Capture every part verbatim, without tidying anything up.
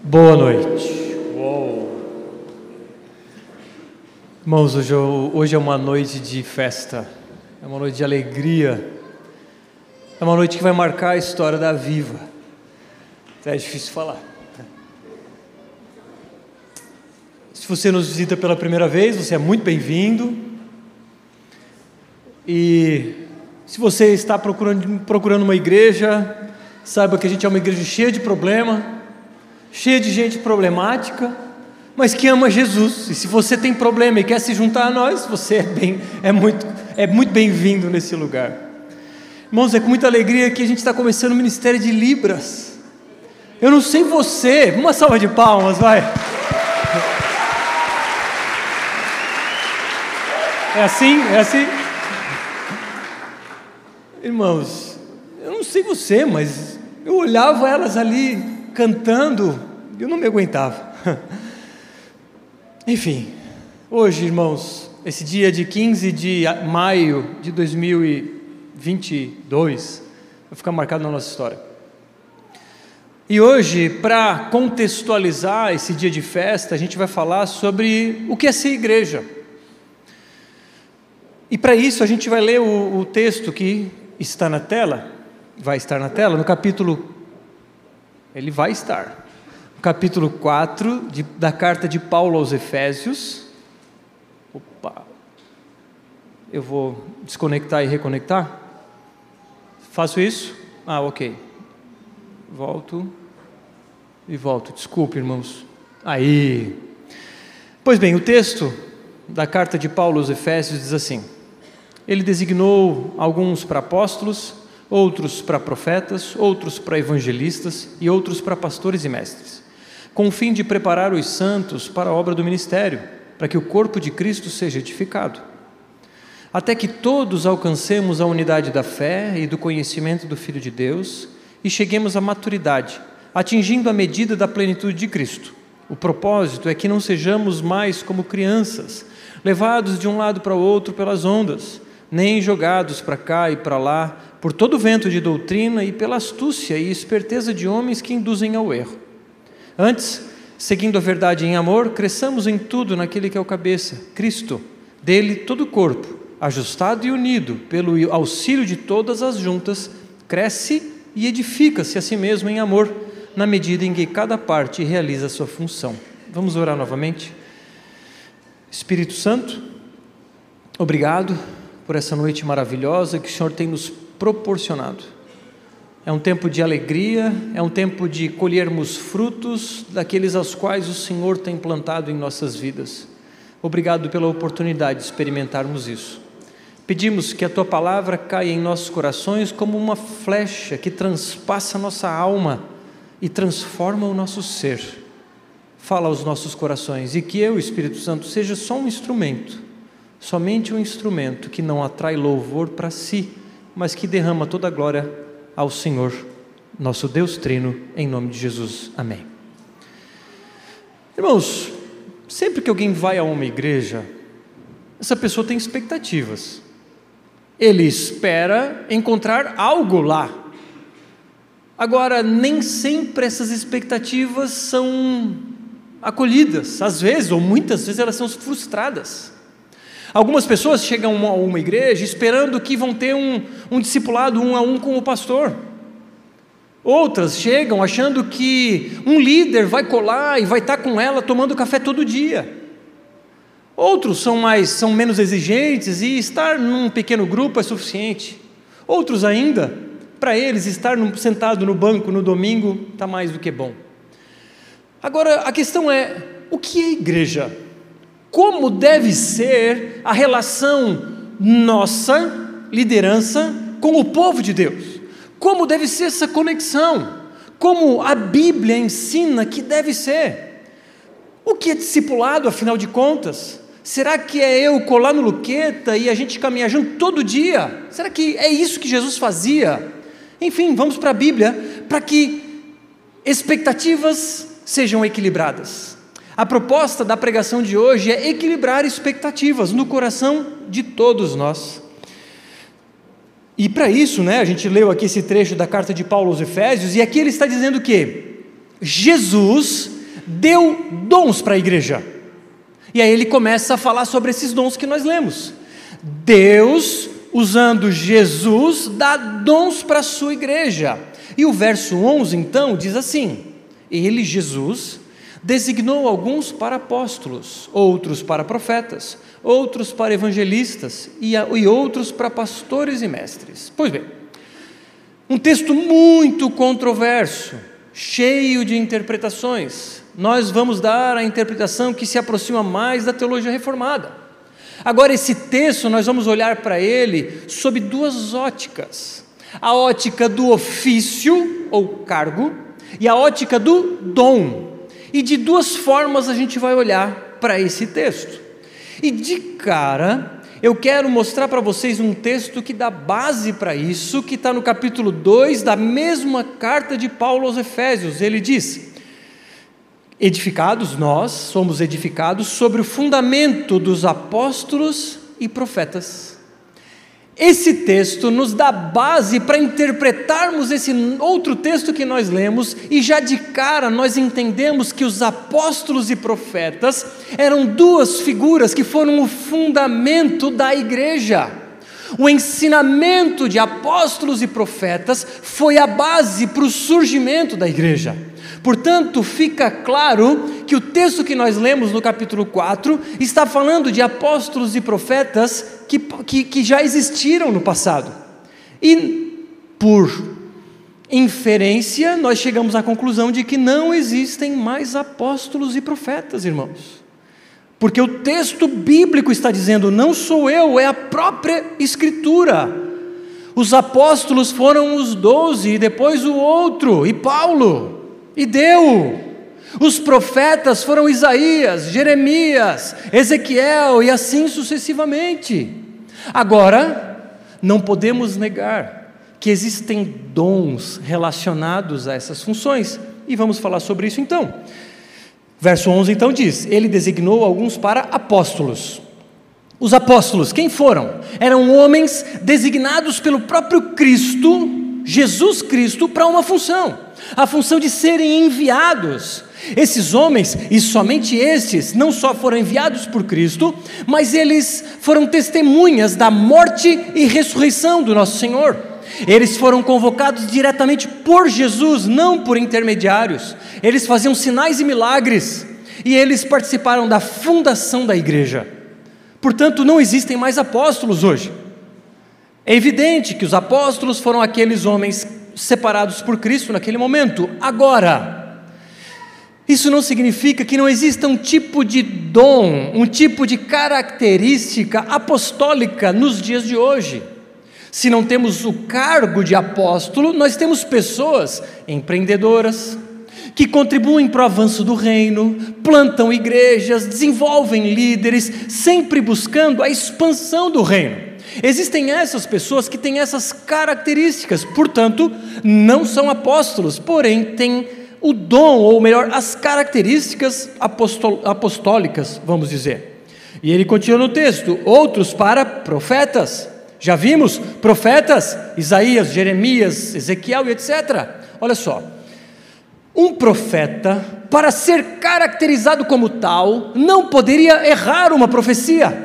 Boa noite. Uou. Irmãos, hoje, hoje é uma noite de festa, é uma noite de alegria, é uma noite que vai marcar a história da Viva. É difícil falar. Se você nos visita pela primeira vez, você é muito bem-vindo. E se você está procurando, procurando uma igreja, saiba que a gente é uma igreja cheia de problema, cheia de gente problemática, mas que ama Jesus. E se você tem problema e quer se juntar a nós, você é, bem, é muito, é muito bem-vindo nesse lugar. Irmãos, é com muita alegria que a gente está começando o Ministério de Libras. Eu não sei você, uma salva de palmas, vai. É assim? É assim? Irmãos, eu não sei você, mas eu olhava elas ali cantando, eu não me aguentava. Enfim, hoje, irmãos, esse dia de quinze de maio de dois mil e vinte e dois vai ficar marcado na nossa história. E hoje, para contextualizar esse dia de festa, a gente vai falar sobre o que é ser igreja. E para isso a gente vai ler o, o texto que está na tela, vai estar na tela, no capítulo, ele vai estar, no capítulo quatro de, da carta de Paulo aos Efésios. Opa, eu vou desconectar e reconectar? Faço isso? Ah, ok. Volto e volto, desculpe, irmãos. Aí. Pois bem, o texto da carta de Paulo aos Efésios diz assim: Ele designou alguns para apóstolos, outros para profetas, outros para evangelistas e outros para pastores e mestres, com o fim de preparar os santos para a obra do ministério, para que o corpo de Cristo seja edificado, até que todos alcancemos a unidade da fé e do conhecimento do Filho de Deus e cheguemos à maturidade, atingindo a medida da plenitude de Cristo. O propósito é que não sejamos mais como crianças, levados de um lado para o outro pelas ondas, nem jogados para cá e para lá, por todo o vento de doutrina e pela astúcia e esperteza de homens que induzem ao erro. Antes, seguindo a verdade em amor, cresçamos em tudo naquele que é o cabeça, Cristo. Dele todo o corpo, ajustado e unido pelo auxílio de todas as juntas, cresce e edifica-se a si mesmo em amor, na medida em que cada parte realiza a sua função. Vamos orar novamente? Espírito Santo, obrigado por essa noite maravilhosa que o Senhor tem nos proporcionado. É um tempo de alegria, é um tempo de colhermos frutos daqueles aos quais o Senhor tem plantado em nossas vidas. Obrigado pela oportunidade de experimentarmos isso. Pedimos que a Tua palavra caia em nossos corações como uma flecha que transpassa nossa alma e transforma o nosso ser. Fala aos nossos corações e que eu, Espírito Santo, seja só um instrumento, somente um instrumento que não atrai louvor para si, mas que derrama toda a glória ao Senhor, nosso Deus Trino, em nome de Jesus. Amém. Irmãos, sempre que alguém vai a uma igreja, essa pessoa tem expectativas. Ele espera encontrar algo lá. Agora, nem sempre essas expectativas são acolhidas, às vezes, ou muitas vezes, elas são frustradas. Algumas pessoas chegam a uma igreja esperando que vão ter um, um discipulado um a um com o pastor. Outras chegam achando que um líder vai colar e vai estar com ela tomando café todo dia. Outros são, mais, são menos exigentes e estar num pequeno grupo é suficiente. Outros ainda, para eles, estar no, sentado no banco no domingo está mais do que bom. Agora, a questão é, o que é igreja? Como deve ser a relação nossa, liderança, com o povo de Deus? Como deve ser essa conexão? Como a Bíblia ensina que deve ser? O que é discipulado, afinal de contas? Será que é eu colar no luqueta e a gente caminhar junto todo dia? Será que é isso que Jesus fazia? Enfim, vamos para a Bíblia para que expectativas sejam equilibradas. A proposta da pregação de hoje é equilibrar expectativas no coração de todos nós. E para isso, né, a gente leu aqui esse trecho da carta de Paulo aos Efésios, e aqui ele está dizendo que Jesus deu dons para a igreja. E aí ele começa a falar sobre esses dons que nós lemos. Deus, usando Jesus, dá dons para a sua igreja. E o verso onze então diz assim: ele, Jesus, designou alguns para apóstolos, outros para profetas, outros para evangelistas e, e outros para pastores e mestres. Pois bem, um texto muito controverso, cheio de interpretações. Nós vamos dar a interpretação que se aproxima mais da teologia reformada. Agora, esse texto, nós vamos olhar para ele sob duas óticas: a ótica do ofício ou cargo e a ótica do dom. E de duas formas a gente vai olhar para esse texto. E de cara, eu quero mostrar para vocês um texto que dá base para isso, que está no capítulo dois da mesma carta de Paulo aos Efésios. Ele diz: edificados, nós somos edificados sobre o fundamento dos apóstolos e profetas. Esse texto nos dá base para interpretarmos esse outro texto que nós lemos, e já de cara nós entendemos que os apóstolos e profetas eram duas figuras que foram o fundamento da igreja. O ensinamento de apóstolos e profetas foi a base para o surgimento da igreja. Portanto, fica claro que o texto que nós lemos no capítulo quatro está falando de apóstolos e profetas que, que, que já existiram no passado. E, por inferência, nós chegamos à conclusão de que não existem mais apóstolos e profetas, irmãos. Porque o texto bíblico está dizendo: não sou eu, é a própria Escritura. Os apóstolos foram os doze, e depois o outro, e Paulo. E deu. Os profetas foram Isaías, Jeremias, Ezequiel e assim sucessivamente. Agora, não podemos negar que existem dons relacionados a essas funções, e vamos falar sobre isso então. Verso onze então diz: ele designou alguns para apóstolos. Os apóstolos, quem foram? Eram homens designados pelo próprio Cristo, Jesus Cristo, para uma função. A função de serem enviados. Esses homens, e somente estes, não só foram enviados por Cristo, mas eles foram testemunhas da morte e ressurreição do nosso Senhor. Eles foram convocados diretamente por Jesus, não por intermediários. Eles faziam sinais e milagres, e eles participaram da fundação da igreja. Portanto, não existem mais apóstolos hoje. É evidente que os apóstolos foram aqueles homens separados por Cristo naquele momento. Agora, isso não significa que não exista um tipo de dom, um tipo de característica apostólica nos dias de hoje. Se não temos o cargo de apóstolo, nós temos pessoas empreendedoras, que contribuem para o avanço do reino, plantam igrejas, desenvolvem líderes, sempre buscando a expansão do reino. Existem essas pessoas que têm essas características, portanto, não são apóstolos, porém têm o dom, ou melhor, as características apostol- apostólicas, vamos dizer. E ele continua no texto: outros para profetas. Já vimos profetas, Isaías, Jeremias, Ezequiel e etcétera. Olha só, um profeta, para ser caracterizado como tal, não poderia errar uma profecia.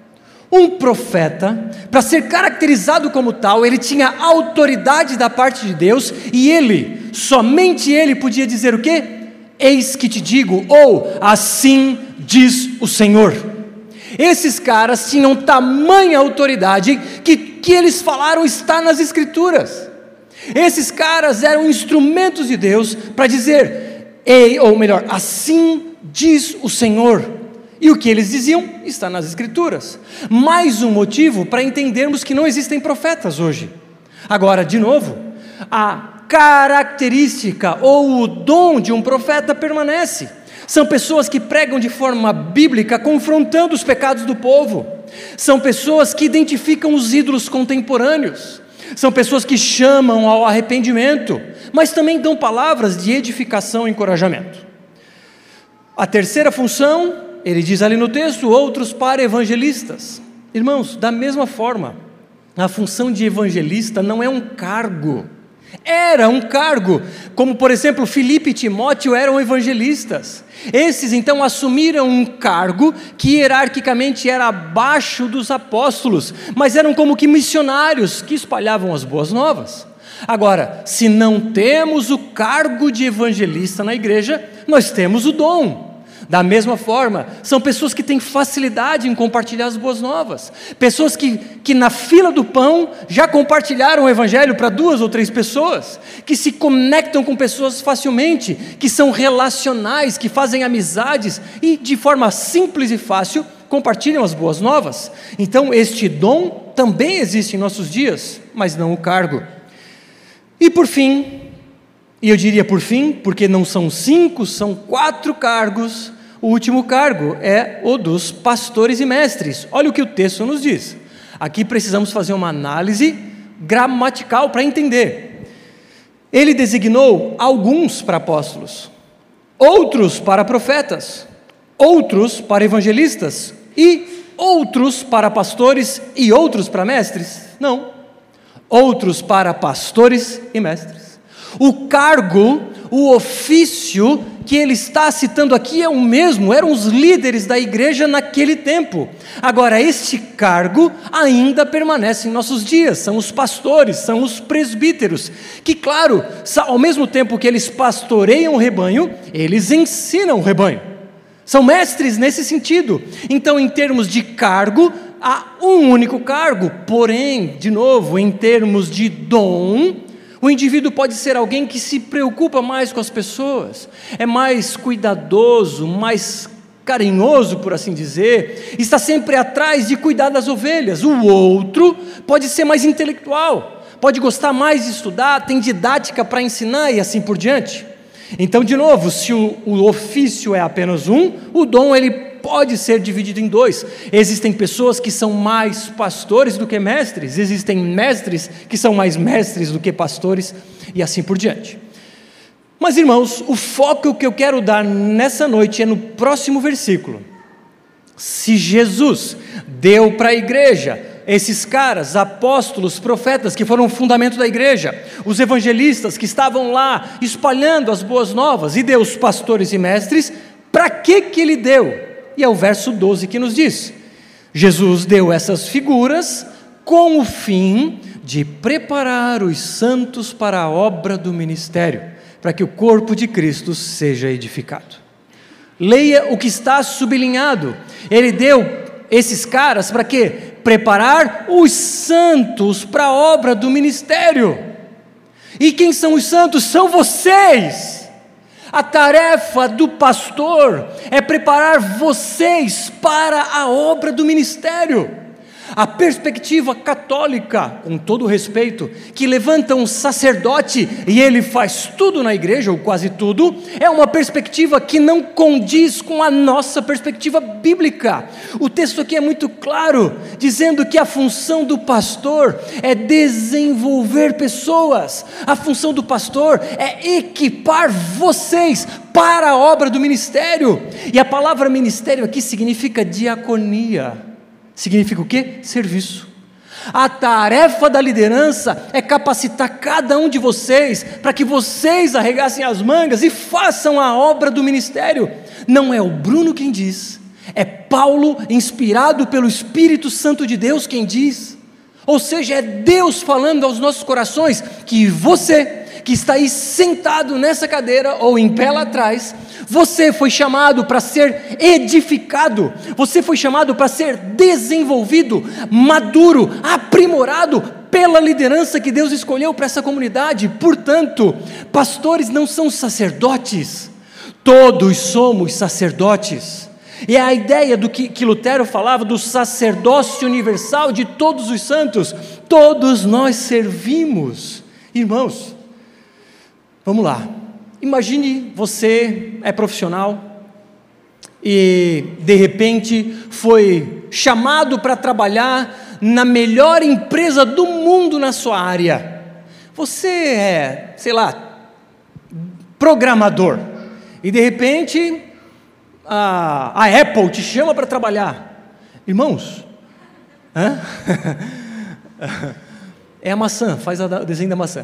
Um profeta, para ser caracterizado como tal, ele tinha autoridade da parte de Deus, e ele, somente ele podia dizer o quê? Eis que te digo, ou assim diz o Senhor. Esses caras tinham tamanha autoridade que que eles falaram está nas Escrituras. Esses caras eram instrumentos de Deus para dizer, ei, ou melhor, assim diz o Senhor. E o que eles diziam está nas Escrituras. Mais um motivo para entendermos que não existem profetas hoje. Agora, de novo, a característica ou o dom de um profeta permanece. São pessoas que pregam de forma bíblica, confrontando os pecados do povo. São pessoas que identificam os ídolos contemporâneos. São pessoas que chamam ao arrependimento, mas também dão palavras de edificação e encorajamento. A terceira função, ele diz ali no texto, outros para evangelistas. Irmãos, da mesma forma, a função de evangelista não é um cargo, Era um cargo, como por exemplo Filipe e Timóteo eram evangelistas. Esses então assumiram um cargo que hierarquicamente era abaixo dos apóstolos, mas eram como que missionários que espalhavam as boas novas. Agora, se não temos o cargo de evangelista na igreja, nós temos o dom. Da mesma forma, são pessoas que têm facilidade em compartilhar as boas novas, pessoas que, que na fila do pão já compartilharam o evangelho para duas ou três pessoas, que se conectam com pessoas facilmente, que são relacionais, que fazem amizades e de forma simples e fácil compartilham as boas novas. Então este dom também existe em nossos dias, mas não o cargo. E por fim, e eu diria por fim, porque não são cinco, são quatro cargos, o último cargo é o dos pastores e mestres. Olha o que o texto nos diz. Aqui precisamos fazer uma análise gramatical para entender. Ele designou alguns para apóstolos, outros para profetas, outros para evangelistas e outros para pastores e outros para mestres? Não, outros para pastores e mestres. O cargo, o ofício que ele está citando aqui é o mesmo, eram os líderes da igreja naquele tempo. Agora, este cargo ainda permanece em nossos dias, são os pastores, são os presbíteros, que claro, ao mesmo tempo que eles pastoreiam o rebanho, eles ensinam o rebanho, são mestres nesse sentido. Então, em termos de cargo, há um único cargo, porém, de novo, em termos de dom, o indivíduo pode ser alguém que se preocupa mais com as pessoas, é mais cuidadoso, mais carinhoso, por assim dizer, está sempre atrás de cuidar das ovelhas. O outro pode ser mais intelectual, pode gostar mais de estudar, tem didática para ensinar e assim por diante. Então, de novo, se o, o ofício é apenas um, o dom ele pode ser dividido em dois. Existem pessoas que são mais pastores do que mestres, existem mestres que são mais mestres do que pastores e assim por diante. Mas irmãos, o foco que eu quero dar nessa noite é no próximo versículo. Se Jesus deu para a igreja esses caras, apóstolos, profetas, que foram o fundamento da igreja, os evangelistas que estavam lá espalhando as boas novas, e deu os pastores e mestres, para que que ele deu? E é o verso doze que nos diz: Jesus deu essas figuras com o fim de preparar os santos para a obra do ministério, para que o corpo de Cristo seja edificado. Leia o que está sublinhado. Ele deu esses caras para quê? Preparar os santos para a obra do ministério. E quem são os santos? São vocês. A tarefa do pastor é preparar vocês para a obra do ministério. A perspectiva católica, com todo respeito, que levanta um sacerdote e ele faz tudo na igreja, ou quase tudo, é uma perspectiva que não condiz com a nossa perspectiva bíblica. O texto aqui é muito claro, dizendo que a função do pastor é desenvolver pessoas, a função do pastor é equipar vocês para a obra do ministério. E a palavra ministério aqui significa diaconia. Significa o quê? Serviço. A tarefa da liderança é capacitar cada um de vocês para que vocês arregassem as mangas e façam a obra do ministério. Não é o Bruno quem diz, é Paulo, inspirado pelo Espírito Santo de Deus, quem diz. Ou seja, é Deus falando aos nossos corações que você, que está aí sentado nessa cadeira ou em pé lá atrás, você foi chamado para ser edificado, você foi chamado para ser desenvolvido, maduro, aprimorado pela liderança que Deus escolheu para essa comunidade. Portanto, pastores não são sacerdotes, todos somos sacerdotes. E é a ideia do que, que Lutero falava do sacerdócio universal de todos os santos, todos nós servimos. Irmãos, vamos lá. Imagine você é profissional e de repente foi chamado para trabalhar na melhor empresa do mundo na sua área. Você é, sei lá, programador e de repente a, a Apple te chama para trabalhar. Irmãos, hã? É a maçã, faz o desenho da maçã.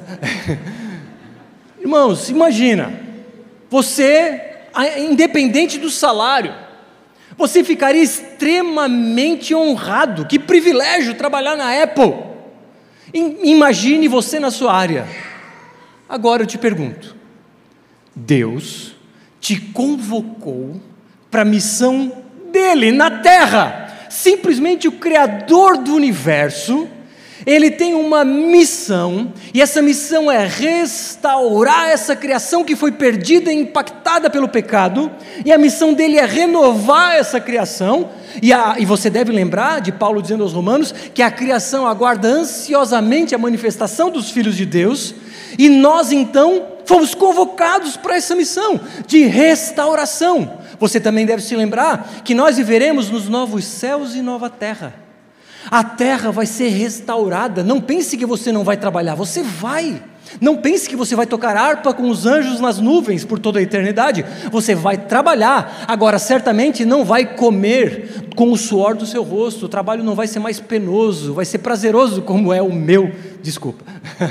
Irmãos, imagina, você, independente do salário, você ficaria extremamente honrado. Que privilégio trabalhar na Apple. Imagine você na sua área. Agora eu te pergunto, Deus te convocou para a missão dele na terra. Simplesmente o Criador do universo, ele tem uma missão, e essa missão é restaurar essa criação que foi perdida e impactada pelo pecado, e a missão dele é renovar essa criação, e, a, e você deve lembrar de Paulo dizendo aos Romanos, que a criação aguarda ansiosamente a manifestação dos filhos de Deus, e nós então fomos convocados para essa missão de restauração. Você também deve se lembrar que nós viveremos nos novos céus e nova terra. A terra vai ser restaurada. Não pense que você não vai trabalhar, você vai. Não pense que você vai tocar harpa com os anjos nas nuvens por toda a eternidade. Você vai trabalhar. Agora, certamente não vai comer com o suor do seu rosto. O trabalho não vai ser mais penoso, vai ser prazeroso como é o meu. Desculpa.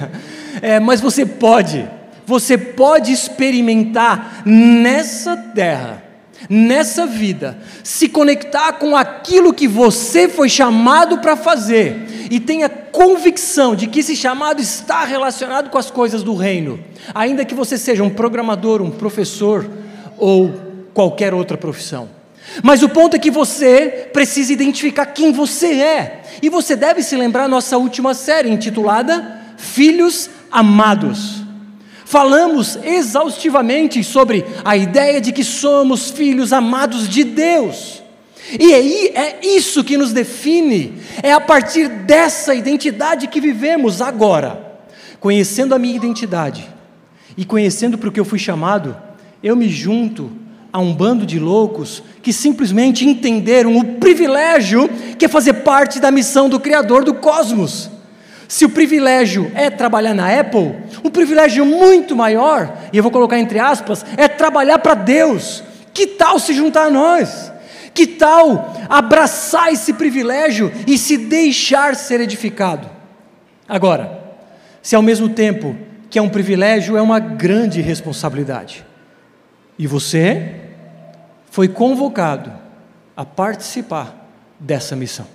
É, mas você pode, você pode experimentar nessa terra, nessa vida, se conectar com aquilo que você foi chamado para fazer, e tenha convicção de que esse chamado está relacionado com as coisas do reino, ainda que você seja um programador, um professor, ou qualquer outra profissão. Mas o ponto é que você precisa identificar quem você é, e você deve se lembrar da nossa última série, intitulada Filhos Amados. Falamos exaustivamente sobre a ideia de que somos filhos amados de Deus, e é isso que nos define. É a partir dessa identidade que vivemos agora. Conhecendo a minha identidade e conhecendo para o que eu fui chamado, eu me junto a um bando de loucos que simplesmente entenderam o privilégio que é fazer parte da missão do Criador do cosmos. Se o privilégio é trabalhar na Apple, um privilégio muito maior, e eu vou colocar entre aspas, é trabalhar para Deus. Que tal se juntar a nós? Que tal abraçar esse privilégio e se deixar ser edificado? Agora, se ao mesmo tempo que é um privilégio, é uma grande responsabilidade, e você foi convocado a participar dessa missão.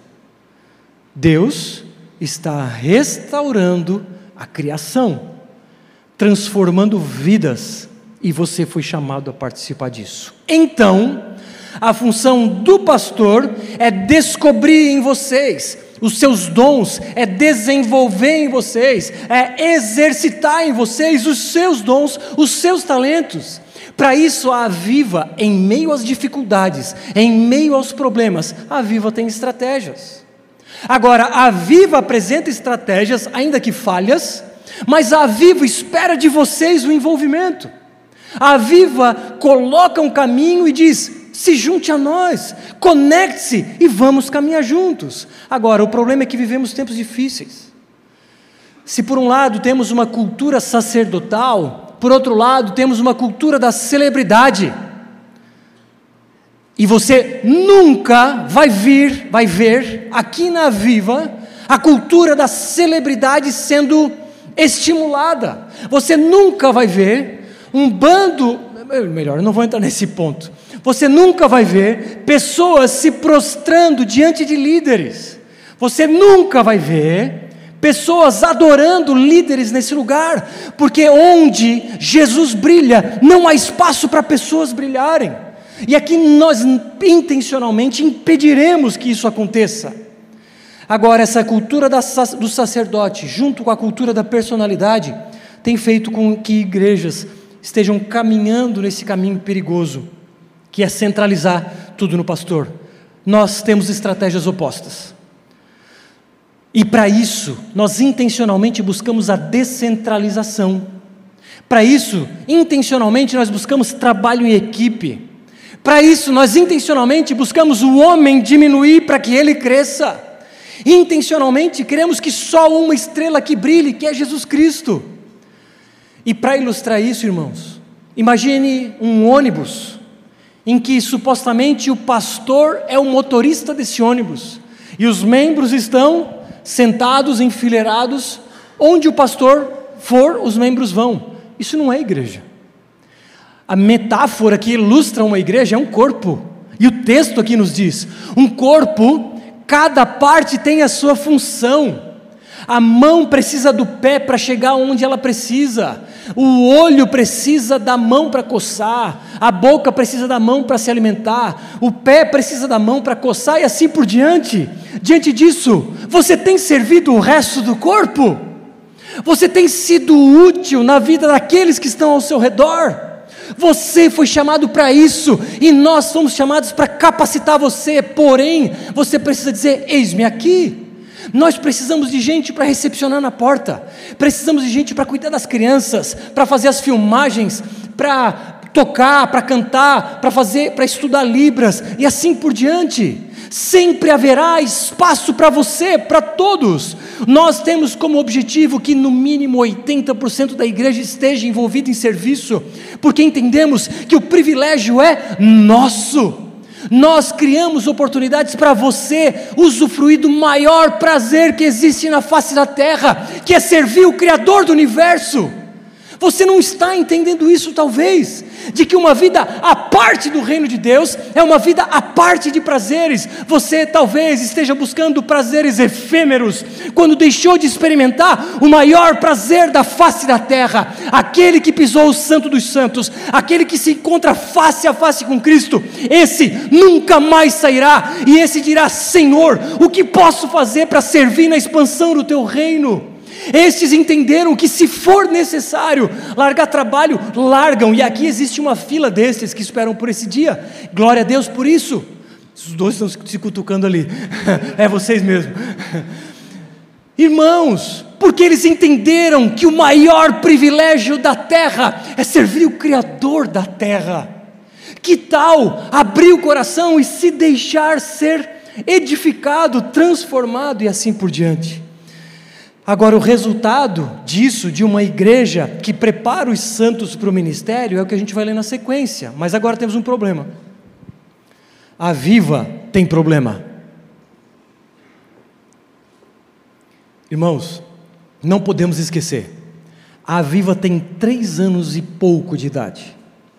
Deus está restaurando a criação, transformando vidas, e você foi chamado a participar disso. Então, a função do pastor é descobrir em vocês os seus dons, é desenvolver em vocês, é exercitar em vocês os seus dons, os seus talentos. Para isso, a Aviva, em meio às dificuldades, em meio aos problemas, a Aviva tem estratégias. Agora, a Aviva apresenta estratégias, ainda que falhas, mas a Aviva espera de vocês o envolvimento. A Aviva coloca um caminho e diz: se junte a nós, conecte-se e vamos caminhar juntos. Agora, o problema é que vivemos tempos difíceis. Se por um lado temos uma cultura sacerdotal, por outro lado temos uma cultura da celebridade. E você nunca vai vir, vai ver aqui na Aviva a cultura da celebridade sendo estimulada. Você nunca vai ver um bando, melhor, eu não vou entrar nesse ponto. Você nunca vai ver pessoas se prostrando diante de líderes. Você nunca vai ver pessoas adorando líderes nesse lugar, porque onde Jesus brilha, não há espaço para pessoas brilharem. E aqui nós intencionalmente impediremos que isso aconteça. Agora, essa cultura da, do sacerdote, junto com a cultura da personalidade, tem feito com que igrejas estejam caminhando nesse caminho perigoso, que é centralizar tudo no pastor. Nós temos estratégias opostas. E para isso, nós intencionalmente buscamos a descentralização. Para isso, intencionalmente, nós buscamos trabalho em equipe. Para isso, nós intencionalmente buscamos o homem diminuir para que ele cresça. Intencionalmente, queremos que só uma estrela que brilhe, que é Jesus Cristo. E para ilustrar isso, irmãos, imagine um ônibus, em que supostamente o pastor é o motorista desse ônibus, e os membros estão sentados, enfileirados, Onde o pastor for, os membros vão. Isso não é igreja. A metáfora que ilustra uma igreja é um corpo. E o texto aqui nos diz: um corpo, cada parte tem a sua função. A mão precisa do pé para chegar onde ela precisa. O olho precisa da mão para coçar. A boca precisa da mão para se alimentar. O pé precisa da mão para coçar e assim por diante. Diante disso, você tem servido o resto do corpo? Você tem sido útil na vida daqueles que estão ao seu redor? Você foi chamado para isso e nós fomos chamados para capacitar você. Porém, você precisa dizer: eis-me aqui. Nós precisamos de gente para recepcionar na porta, precisamos de gente para cuidar das crianças, para fazer as filmagens, para tocar, para cantar, para fazer, para estudar libras e assim por diante. Sempre haverá espaço para você, para todos. Nós temos como objetivo que no mínimo oitenta por cento da igreja esteja envolvida em serviço, porque entendemos que o privilégio é nosso. Nós criamos oportunidades para você usufruir do maior prazer que existe na face da terra, que é servir o Criador do universo. Você não está entendendo isso talvez, de que uma vida à parte do reino de Deus é uma vida à parte de prazeres. Você talvez esteja buscando prazeres efêmeros, quando deixou de experimentar o maior prazer da face da terra, aquele que pisou o santo dos santos, aquele que se encontra face a face com Cristo. Esse nunca mais sairá, e esse dirá: Senhor, o que posso fazer para servir na expansão do teu reino? Estes entenderam que se for necessário largar trabalho, largam, e aqui existe uma fila destes que esperam por esse dia. Glória a Deus por isso. Os dois estão se cutucando ali, é vocês mesmo. Irmãos, porque eles entenderam que o maior privilégio da terra é servir o Criador da terra. Que tal abrir o coração e se deixar ser edificado, transformado e assim por diante? Agora, o resultado disso, de uma igreja que prepara os santos para o ministério, é o que a gente vai ler na sequência. Mas agora temos um problema. A Viva tem problema. Irmãos, não podemos esquecer, a Viva tem três anos e pouco de idade.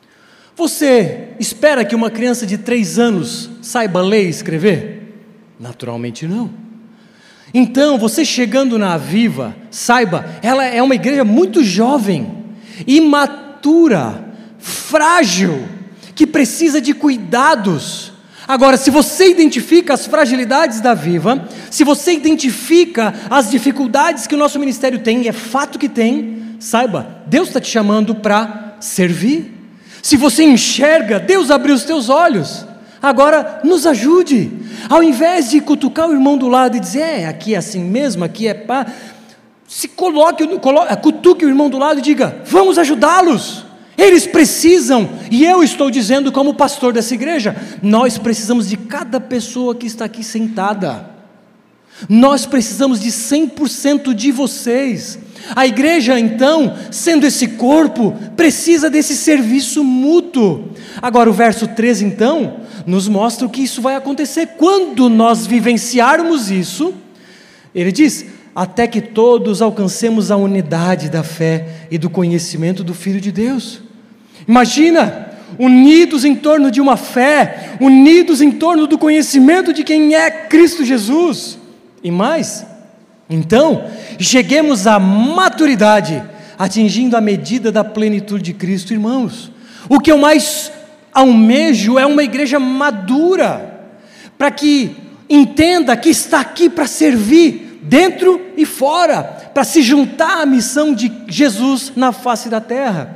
Você espera que uma criança de três anos saiba ler e escrever? Naturalmente não. Então, você chegando na Viva, saiba, ela é uma igreja muito jovem, imatura, frágil, que precisa de cuidados. Agora, se você identifica as fragilidades da Viva, se você identifica as dificuldades que o nosso ministério tem, e é fato que tem, saiba, Deus está te chamando para servir. Se você enxerga, Deus abriu os teus olhos. Agora, nos ajude. Ao invés de cutucar o irmão do lado e dizer: é, aqui é assim mesmo, aqui é pá, se coloque, coloque, cutuque o irmão do lado e diga: vamos ajudá-los. Eles precisam, e eu estou dizendo como pastor dessa igreja, nós precisamos de cada pessoa que está aqui sentada. Nós precisamos de cem por cento de vocês. A igreja, então, sendo esse corpo, precisa desse serviço mútuo. Agora o verso treze, então, nos mostra o que isso vai acontecer. Quando nós vivenciarmos isso, ele diz: até que todos alcancemos a unidade da fé e do conhecimento do Filho de Deus. Imagina, unidos em torno de uma fé, unidos em torno do conhecimento de quem é Cristo Jesus. E mais, então, cheguemos à maturidade, atingindo a medida da plenitude de Cristo. Irmãos, o que eu mais almejo é uma igreja madura, para que entenda que está aqui para servir, dentro e fora, para se juntar à missão de Jesus na face da terra.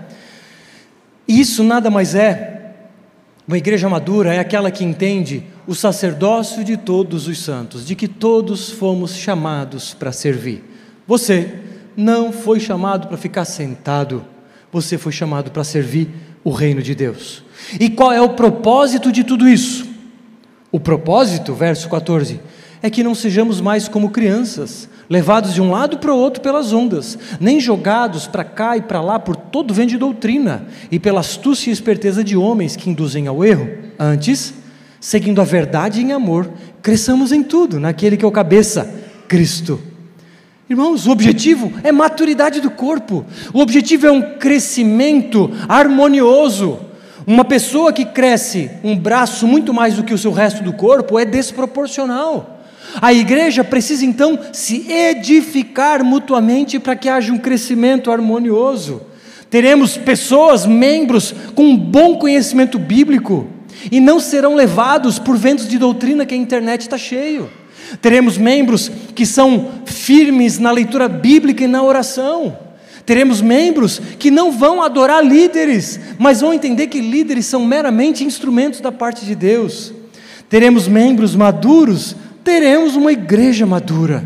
E isso nada mais é, uma igreja madura é aquela que entende o sacerdócio de todos os santos, de que todos fomos chamados para servir. Você não foi chamado para ficar sentado, você foi chamado para servir o reino de Deus. E qual é o propósito de tudo isso? O propósito, verso quatorze, é que não sejamos mais como crianças, levados de um lado para o outro pelas ondas, nem jogados para cá e para lá por todo vento de doutrina, e pela astúcia e esperteza de homens que induzem ao erro. Antes, seguindo a verdade em amor, cresçamos em tudo, naquele que é o cabeça, Cristo. Irmãos, o objetivo é maturidade do corpo, o objetivo é um crescimento harmonioso. Uma pessoa que cresce um braço muito mais do que o seu resto do corpo é desproporcional. A igreja precisa então se edificar mutuamente para que haja um crescimento harmonioso. Teremos pessoas, membros com um bom conhecimento bíblico e não serão levados por ventos de doutrina que a internet está cheio. Teremos membros que são firmes na leitura bíblica e na oração. Teremos membros que não vão adorar líderes, mas vão entender que líderes são meramente instrumentos da parte de Deus. Teremos membros maduros, teremos uma igreja madura.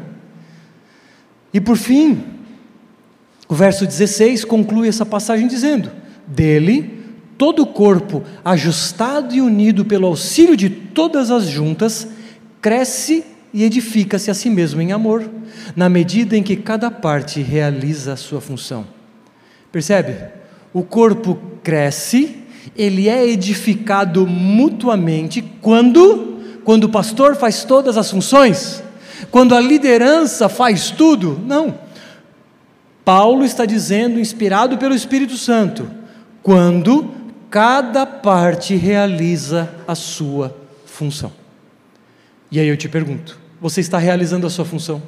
E por fim, o verso dezesseis conclui essa passagem dizendo: dele, todo o corpo, ajustado e unido pelo auxílio de todas as juntas, cresce e edifica-se a si mesmo em amor, na medida em que cada parte realiza a sua função. Percebe? O corpo cresce, ele é edificado mutuamente quando, quando o pastor faz todas as funções, quando a liderança faz tudo. Não. Paulo está dizendo, inspirado pelo Espírito Santo, quando cada parte realiza a sua função. E aí eu te pergunto, você está realizando a sua função?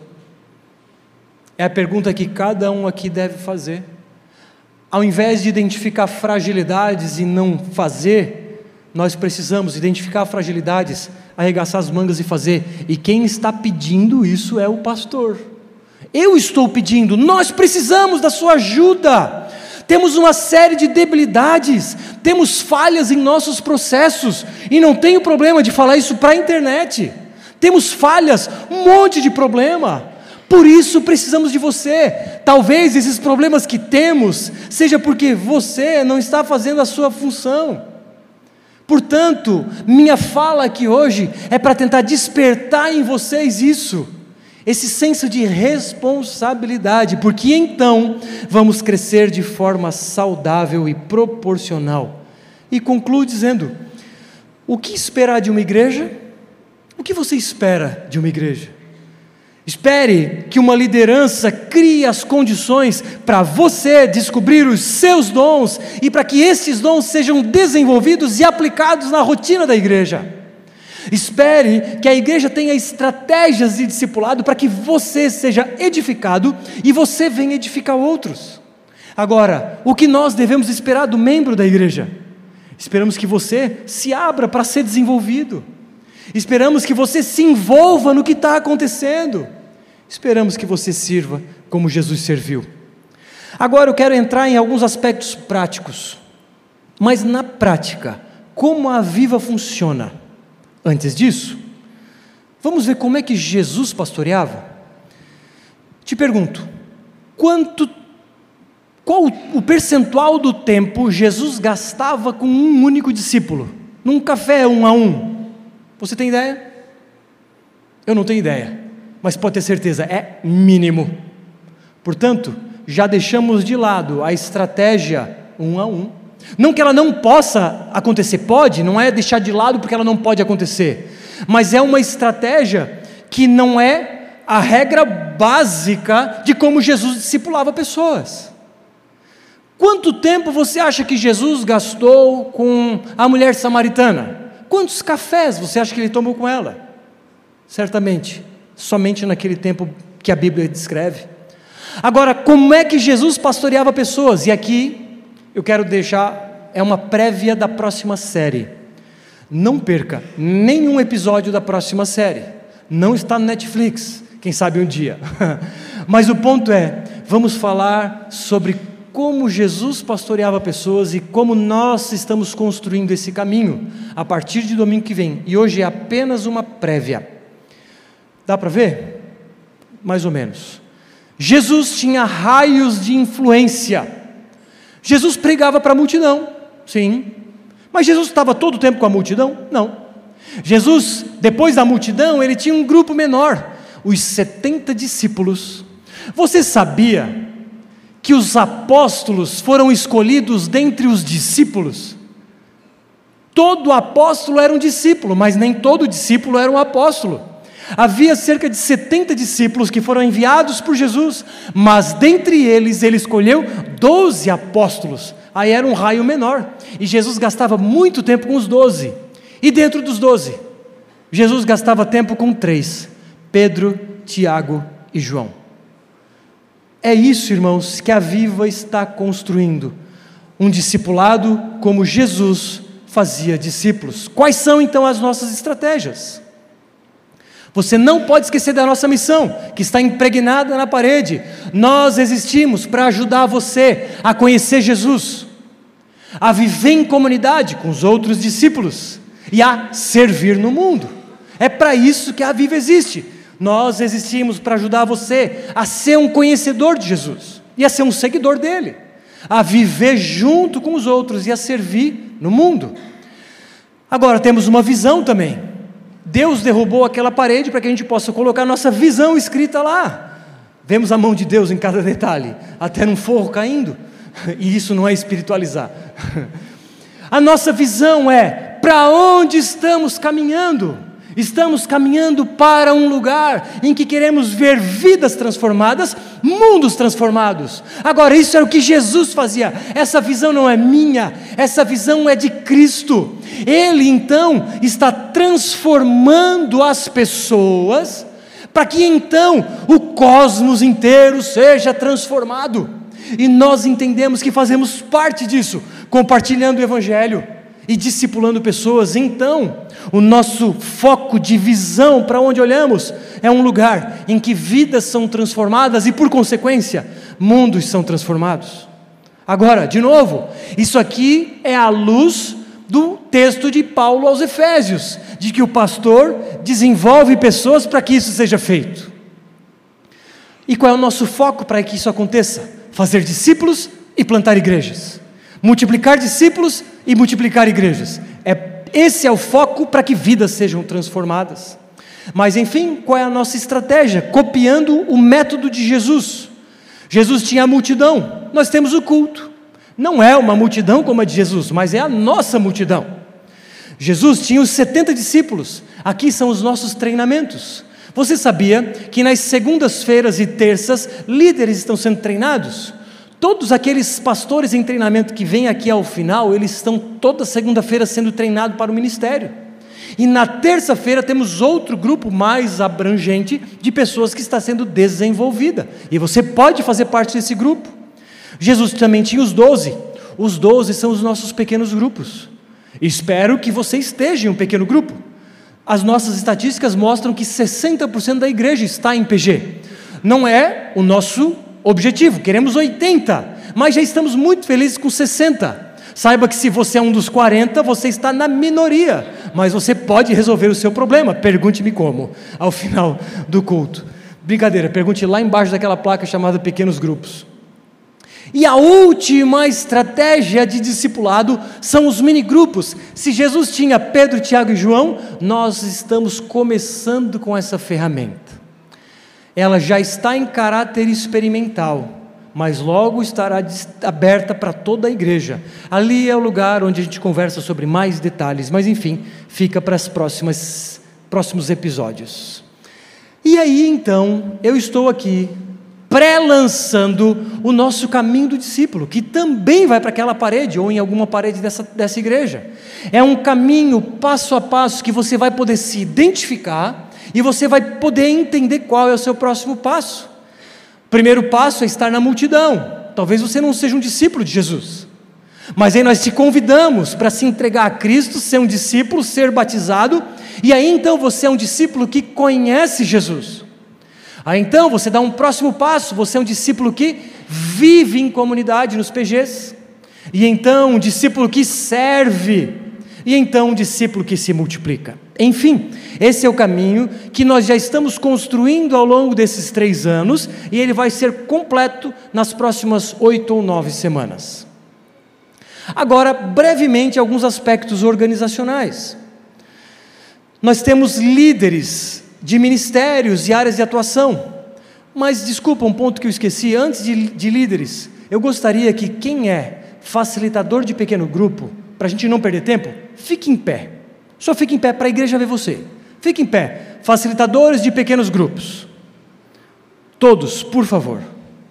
É a pergunta que cada um aqui deve fazer. Ao invés de identificar fragilidades e não fazer, nós precisamos identificar fragilidades, arregaçar as mangas e fazer. E quem está pedindo isso é o pastor. Eu estou pedindo, nós precisamos da sua ajuda. Temos uma série de debilidades, temos falhas em nossos processos, e não tenho problema de falar isso para a internet. Temos falhas, um monte de problema, por isso precisamos de você. Talvez esses problemas que temos, seja porque você não está fazendo a sua função. Portanto, minha fala aqui hoje é para tentar despertar em vocês isso, esse senso de responsabilidade, porque então vamos crescer de forma saudável e proporcional. E concluo dizendo, o que esperar de uma igreja? O que você espera de uma igreja? Espere que uma liderança crie as condições para você descobrir os seus dons e para que esses dons sejam desenvolvidos e aplicados na rotina da igreja. Espere que a igreja tenha estratégias de discipulado para que você seja edificado e você venha edificar outros. Agora, o que nós devemos esperar do membro da igreja? Esperamos que você se abra para ser desenvolvido. Esperamos que você se envolva no que está acontecendo. Esperamos que você sirva como Jesus serviu. Agora eu quero entrar em alguns aspectos práticos. Mas na prática, como a Viva funciona? Antes disso, vamos ver como é que Jesus pastoreava? Te pergunto, quanto, qual o percentual do tempo Jesus gastava com um único discípulo? Num café um a um? Você tem ideia? Eu não tenho ideia, mas pode ter certeza, é mínimo. Portanto, já deixamos de lado a estratégia um a um. Não que ela não possa acontecer, pode, não é deixar de lado porque ela não pode acontecer, mas é uma estratégia que não é a regra básica de como Jesus discipulava pessoas. Quanto tempo você acha que Jesus gastou com a mulher samaritana? Quantos cafés você acha que ele tomou com ela? Certamente, somente naquele tempo que a Bíblia descreve. Agora, como é que Jesus pastoreava pessoas? E aqui eu quero deixar, é uma prévia da próxima série. Não perca nenhum episódio da próxima série. Não está no Netflix, quem sabe um dia. Mas o ponto é, vamos falar sobre como Jesus pastoreava pessoas e como nós estamos construindo esse caminho a partir de domingo que vem. E hoje é apenas uma prévia. Dá para ver? Mais ou menos. Jesus tinha raios de influência. Jesus pregava para a multidão, sim. Mas Jesus estava todo o tempo com a multidão? Não. Jesus, depois da multidão, ele tinha um grupo menor, os setenta discípulos. Você sabia que os apóstolos foram escolhidos dentre os discípulos? Todo apóstolo era um discípulo, mas nem todo discípulo era um apóstolo. Havia cerca de setenta discípulos que foram enviados por Jesus, mas dentre eles, ele escolheu doze apóstolos. Aí era um raio menor, e Jesus gastava muito tempo com os doze. E dentro dos doze, Jesus gastava tempo com três: Pedro, Tiago e João. É isso, irmãos, que a Viva está construindo. Um discipulado como Jesus fazia discípulos. Quais são então as nossas estratégias? Você não pode esquecer da nossa missão, que está impregnada na parede. Nós existimos para ajudar você a conhecer Jesus, a viver em comunidade com os outros discípulos e a servir no mundo. É para isso que a Viva existe. Nós existimos para ajudar você a ser um conhecedor de Jesus e a ser um seguidor dele, a viver junto com os outros e a servir no mundo. Agora temos uma visão também. Deus derrubou aquela parede para que a gente possa colocar nossa visão escrita lá. Vemos a mão de Deus em cada detalhe, até num forro caindo, e isso não é espiritualizar. A nossa visão é: para onde estamos caminhando? Estamos caminhando para um lugar em que queremos ver vidas transformadas, mundos transformados. Agora, isso é o que Jesus fazia. Essa visão não é minha, essa visão é de Cristo. Ele então está transformando as pessoas, para que então o cosmos inteiro seja transformado. E nós entendemos que fazemos parte disso, compartilhando o Evangelho e discipulando pessoas. Então, o nosso foco de visão, para onde olhamos, é um lugar em que vidas são transformadas e, por consequência, mundos são transformados. Agora, de novo, isso aqui é à luz do texto de Paulo aos Efésios, de que o pastor desenvolve pessoas para que isso seja feito. E qual é o nosso foco para que isso aconteça? Fazer discípulos e plantar igrejas. Multiplicar discípulos e multiplicar igrejas. É, esse é o foco para que vidas sejam transformadas. Mas enfim, qual é a nossa estratégia? Copiando o método de Jesus. Jesus tinha a multidão, nós temos o culto. Não é uma multidão como a de Jesus, mas é a nossa multidão. Jesus tinha os setenta discípulos, aqui são os nossos treinamentos. Você sabia que nas segundas-feiras e terças, líderes estão sendo treinados? Todos aqueles pastores em treinamento que vêm aqui ao final, eles estão toda segunda-feira sendo treinados para o ministério. E na terça-feira temos outro grupo mais abrangente de pessoas que está sendo desenvolvida. E você pode fazer parte desse grupo. Jesus também tinha os doze. Os doze são os nossos pequenos grupos. Espero que você esteja em um pequeno grupo. As nossas estatísticas mostram que sessenta por cento da igreja está em P G. Não é o nosso objetivo, queremos oitenta, mas já estamos muito felizes com sessenta. Saiba que se você é um dos quarenta, você está na minoria, mas você pode resolver o seu problema. Pergunte-me como, ao final do culto. Brincadeira, pergunte lá embaixo daquela placa chamada pequenos grupos. E a última estratégia de discipulado são os mini-grupos. Se Jesus tinha Pedro, Tiago e João, nós estamos começando com essa ferramenta. Ela já está em caráter experimental, mas logo estará aberta para toda a igreja. Ali é o lugar onde a gente conversa sobre mais detalhes, mas enfim, fica para os próximos episódios. E aí então, eu estou aqui pré-lançando o nosso caminho do discípulo, que também vai para aquela parede, ou em alguma parede dessa, dessa igreja. É um caminho passo a passo que você vai poder se identificar, e você vai poder entender qual é o seu próximo passo. O primeiro passo é estar na multidão. Talvez você não seja um discípulo de Jesus, mas aí nós te convidamos para se entregar a Cristo, ser um discípulo, ser batizado, e aí então você é um discípulo que conhece Jesus. Aí então você dá um próximo passo, você é um discípulo que vive em comunidade nos P Gs, e então um discípulo que serve, e então um discípulo que se multiplica. Enfim, esse é o caminho que nós já estamos construindo ao longo desses três anos, e ele vai ser completo nas próximas oito ou nove semanas. Agora, brevemente, alguns aspectos organizacionais. Nós temos líderes de ministérios e áreas de atuação, mas desculpa, um ponto que eu esqueci, antes de, de líderes, eu gostaria que quem é facilitador de pequeno grupo, para a gente não perder tempo, fique em pé. Só fique em pé para a igreja ver você. Fique em pé. facilitadores de pequenos grupos. Todos, por favor.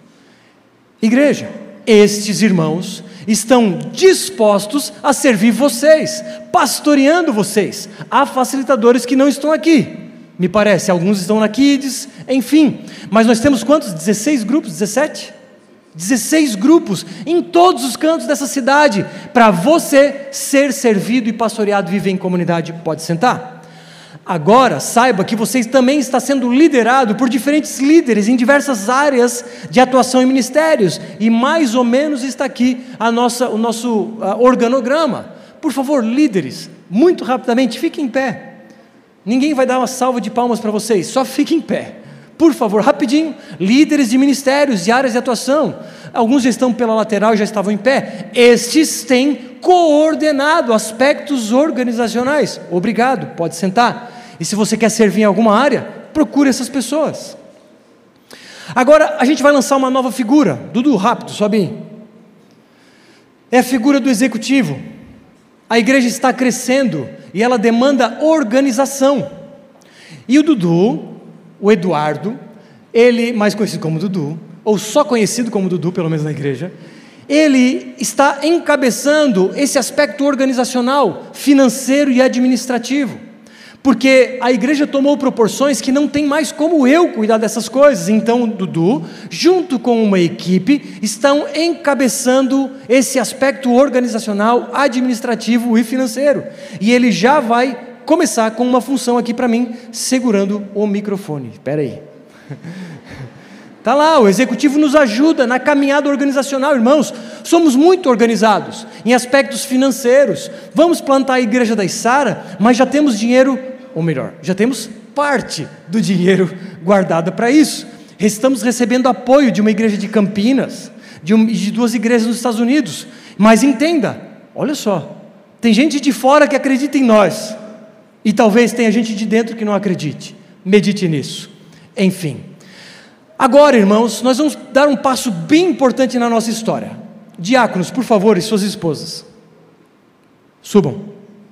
Igreja, estes irmãos estão dispostos a servir vocês, pastoreando vocês. Há facilitadores que não estão aqui, me parece, alguns estão na Kids, enfim, mas nós temos quantos? dezesseis grupos, dezessete? dezesseis grupos em todos os cantos dessa cidade, para você ser servido e pastoreado, viver em comunidade. Pode sentar. Agora, saiba que você também está sendo liderado por diferentes líderes em diversas áreas de atuação e ministérios, e mais ou menos está aqui a nossa, o nosso uh, organograma. Por favor, líderes, muito rapidamente, fiquem em pé. Ninguém vai dar uma salva de palmas para vocês, só fiquem em pé. Por favor, rapidinho, líderes de ministérios, de áreas de atuação. Alguns já estão pela lateral e já estavam em pé. Estes têm coordenado aspectos organizacionais. Obrigado, pode sentar. E se você quer servir em alguma área, procure essas pessoas. Agora, a gente vai lançar uma nova figura. Dudu, rápido, sobe aí. É a figura do executivo. A igreja está crescendo e ela demanda organização. E o Dudu, o Eduardo, ele, mais conhecido como Dudu, ou só conhecido como Dudu, pelo menos na igreja, ele está encabeçando esse aspecto organizacional, financeiro e administrativo. Porque a igreja tomou proporções que não tem mais como eu cuidar dessas coisas. Então, Dudu, junto com uma equipe, estão encabeçando esse aspecto organizacional, administrativo e financeiro. E ele já vai começar com uma função aqui para mim, segurando o microfone. Espera aí. Está lá, o executivo nos ajuda na caminhada organizacional, irmãos. Somos muito organizados em aspectos financeiros. Vamos plantar a igreja da Isara, mas já temos dinheiro, ou melhor, já temos parte do dinheiro guardada para isso. Estamos recebendo apoio de uma igreja de Campinas, de, um, de duas igrejas nos Estados Unidos. Mas entenda, olha só, tem gente de fora que acredita em nós, e talvez tenha gente de dentro que não acredite. Medite nisso. Enfim. Agora, irmãos, nós vamos dar um passo bem importante na nossa história. Diáconos, por favor, e suas esposas. Subam.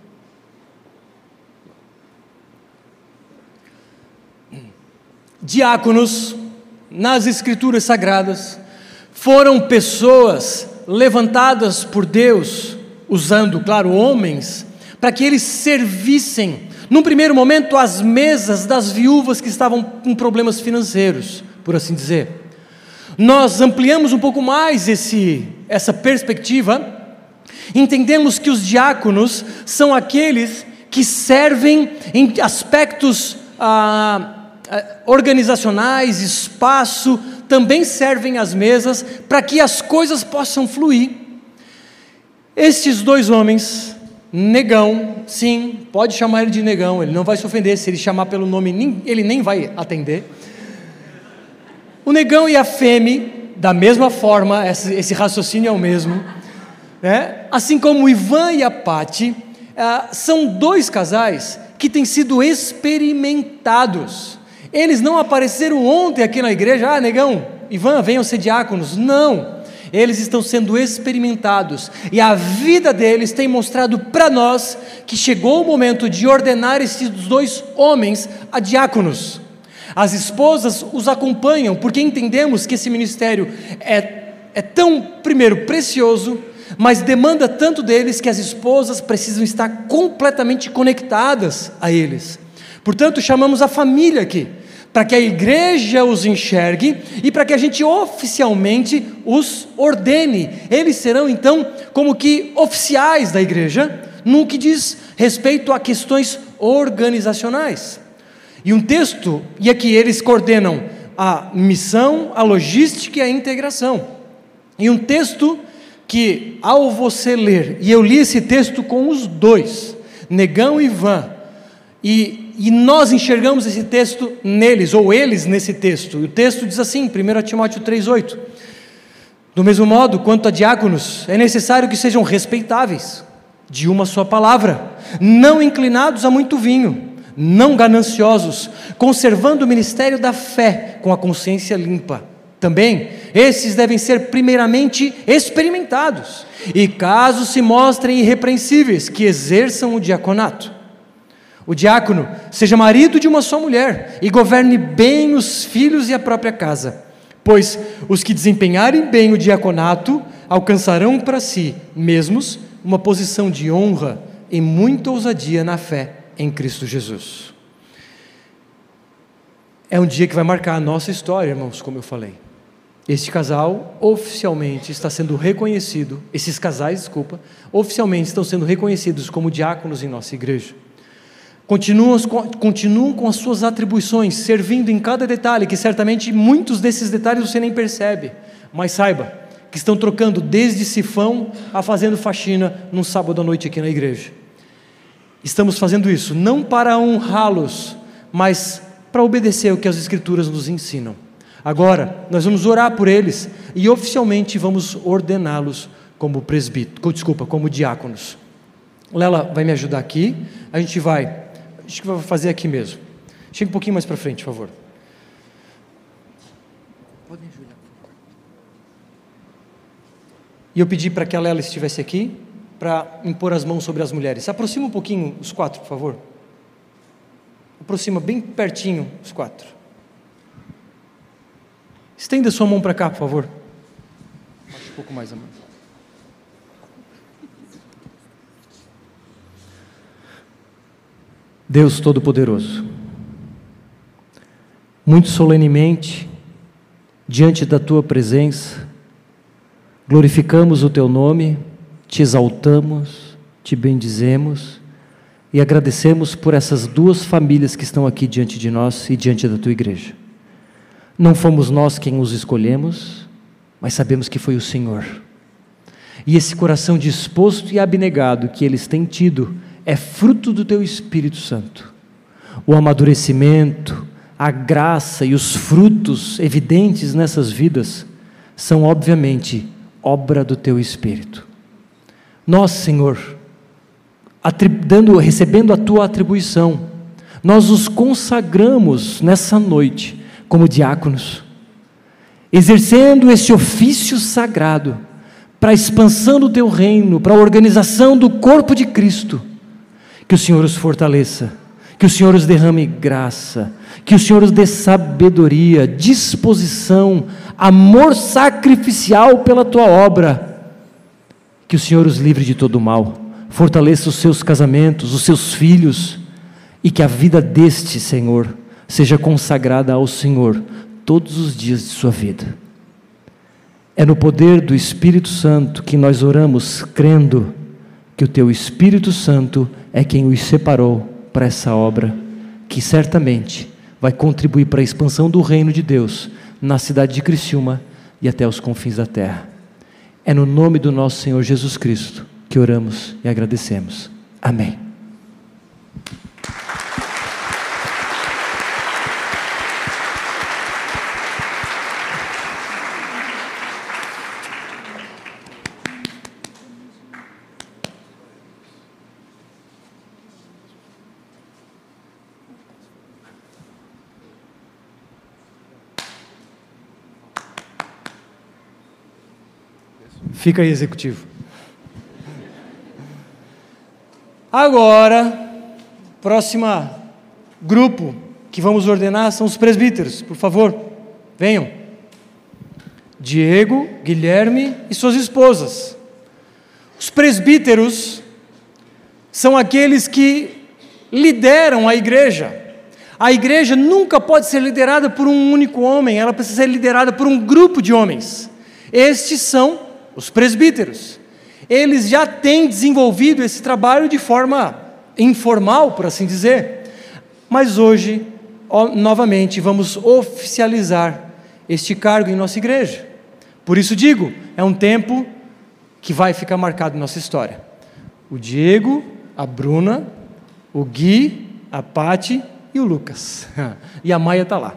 Diáconos, nas Escrituras Sagradas, foram pessoas levantadas por Deus, usando, claro, homens, para que eles servissem, num primeiro momento, as mesas das viúvas que estavam com problemas financeiros, por assim dizer. Nós ampliamos um pouco mais esse, essa perspectiva, entendemos que os diáconos são aqueles que servem em aspectos ah, organizacionais, espaço, também servem às mesas, para que as coisas possam fluir. Estes dois homens, Negão, sim, pode chamar ele de Negão, ele não vai se ofender, se ele chamar pelo nome, ele nem vai atender. O Negão e a Feme, da mesma forma, esse, esse raciocínio é o mesmo, né? Assim como o Ivan e a Pati, ah, são dois casais que têm sido experimentados. Eles não apareceram ontem aqui na igreja, ah, Negão, Ivan, venham ser diáconos, não. Eles estão sendo experimentados, e a vida deles tem mostrado para nós que chegou o momento de ordenar esses dois homens a diáconos. As esposas os acompanham, porque entendemos que esse ministério é, é tão, primeiro, precioso, mas demanda tanto deles que as esposas precisam estar completamente conectadas a eles. Portanto, chamamos a família aqui, para que a igreja os enxergue e para que a gente oficialmente os ordene. Eles serão então como que oficiais da igreja, no que diz respeito a questões organizacionais. E um texto, e aqui eles coordenam a missão, a logística e a integração. E um texto que, ao você ler, e eu li esse texto com os dois, Negão e Ivan, e E nós enxergamos esse texto neles, ou eles nesse texto. E o texto diz assim, primeiro Timóteo três, oito. Do mesmo modo, quanto a diáconos, é necessário que sejam respeitáveis, de uma só palavra, não inclinados a muito vinho, não gananciosos, conservando o ministério da fé com a consciência limpa. Também, esses devem ser primeiramente experimentados, e caso se mostrem irrepreensíveis, que exerçam o diaconato. O diácono seja marido de uma só mulher e governe bem os filhos e a própria casa, pois os que desempenharem bem o diaconato alcançarão para si mesmos uma posição de honra e muita ousadia na fé em Cristo Jesus. É um dia que vai marcar a nossa história, irmãos, como eu falei. Este casal oficialmente está sendo reconhecido, esses casais, desculpa, oficialmente estão sendo reconhecidos como diáconos em nossa igreja. Continuam, continuam com as suas atribuições, servindo em cada detalhe, que certamente muitos desses detalhes você nem percebe, mas saiba que estão trocando desde sifão a fazendo faxina num sábado à noite aqui na igreja. Estamos fazendo isso não para honrá-los, mas para obedecer o que as Escrituras nos ensinam. Agora, nós vamos orar por eles e oficialmente vamos ordená-los como presbíteros, desculpa, como diáconos. Lela vai me ajudar aqui, a gente vai... Acho que vai fazer aqui mesmo. Chega um pouquinho mais para frente, por favor. Pode me ajudar, por favor. E eu pedi para que a Lela estivesse aqui, para impor as mãos sobre as mulheres. Aproxima um pouquinho os quatro, por favor. Aproxima bem pertinho os quatro. Estenda sua mão para cá, por favor. Baixa um pouco mais a mão. Deus Todo-Poderoso, muito solenemente, diante da Tua presença, glorificamos o Teu nome, Te exaltamos, Te bendizemos e agradecemos por essas duas famílias que estão aqui diante de nós e diante da Tua igreja. Não fomos nós quem os escolhemos, mas sabemos que foi o Senhor. E esse coração disposto e abnegado que eles têm tido é fruto do Teu Espírito Santo. O amadurecimento, a graça e os frutos evidentes nessas vidas são obviamente obra do Teu Espírito. Nós, Senhor, dando, recebendo a Tua atribuição, nós os consagramos nessa noite como diáconos, exercendo esse ofício sagrado para a expansão do Teu reino, para a organização do corpo de Cristo. Que o Senhor os fortaleça, que o Senhor os derrame graça, que o Senhor os dê sabedoria, disposição, amor sacrificial pela Tua obra, que o Senhor os livre de todo mal, fortaleça os seus casamentos, os seus filhos, e que a vida deste, Senhor, seja consagrada ao Senhor todos os dias de sua vida. É no poder do Espírito Santo que nós oramos, crendo que o Teu Espírito Santo é quem os separou para essa obra, que certamente vai contribuir para a expansão do reino de Deus na cidade de Criciúma e até os confins da terra. É no nome do nosso Senhor Jesus Cristo que oramos e agradecemos. Amém. Fica aí, executivo. Agora, próximo grupo que vamos ordenar são os presbíteros. Por favor, venham. Diego, Guilherme e suas esposas. Os presbíteros são aqueles que lideram a igreja. A igreja nunca pode ser liderada por um único homem, ela precisa ser liderada por um grupo de homens. Estes são os presbíteros. Eles já têm desenvolvido esse trabalho de forma informal, por assim dizer, mas hoje, novamente, vamos oficializar este cargo em nossa igreja. Por isso digo, é um tempo que vai ficar marcado em nossa história. O Diego, a Bruna, o Gui, a Pati e o Lucas. E a Maia está lá.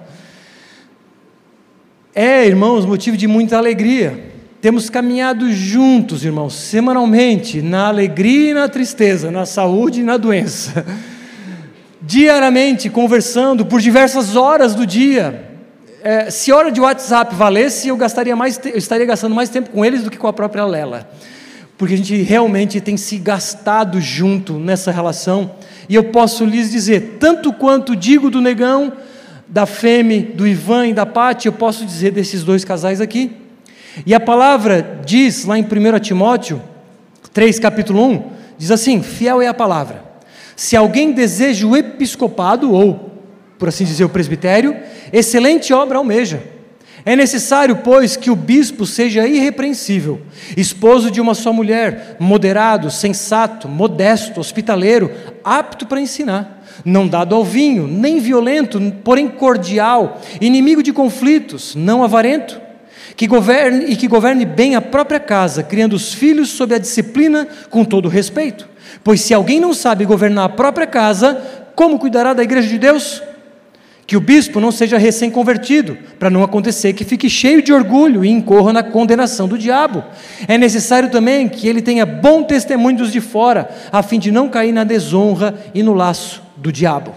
É, irmãos, motivo de muita alegria. Temos caminhado juntos, irmãos, semanalmente, na alegria e na tristeza, na saúde e na doença. Diariamente, conversando por diversas horas do dia. É, se hora de WhatsApp valesse, eu, gastaria mais te- eu estaria gastando mais tempo com eles do que com a própria Lela. porque a gente realmente tem se gastado junto nessa relação, e eu posso lhes dizer, tanto quanto digo do Negão, da Feme, do Ivan e da Pati, eu posso dizer desses dois casais aqui. E a palavra diz lá em primeiro Timóteo três, capítulo um, diz assim: fiel é a palavra. Se alguém deseja o episcopado, ou, por assim dizer, o presbitério, excelente obra almeja. É necessário, pois, que o bispo seja irrepreensível, esposo de uma só mulher, moderado, sensato, modesto, hospitaleiro, apto para ensinar, não dado ao vinho, nem violento, porém cordial, inimigo de conflitos, não avarento, que governe e que governe bem a própria casa, criando os filhos sob a disciplina com todo respeito. Pois se alguém não sabe governar a própria casa, como cuidará da igreja de Deus? Que o bispo não seja recém-convertido, para não acontecer que fique cheio de orgulho e incorra na condenação do diabo. É necessário também que ele tenha bom testemunho dos de fora, a fim de não cair na desonra e no laço do diabo.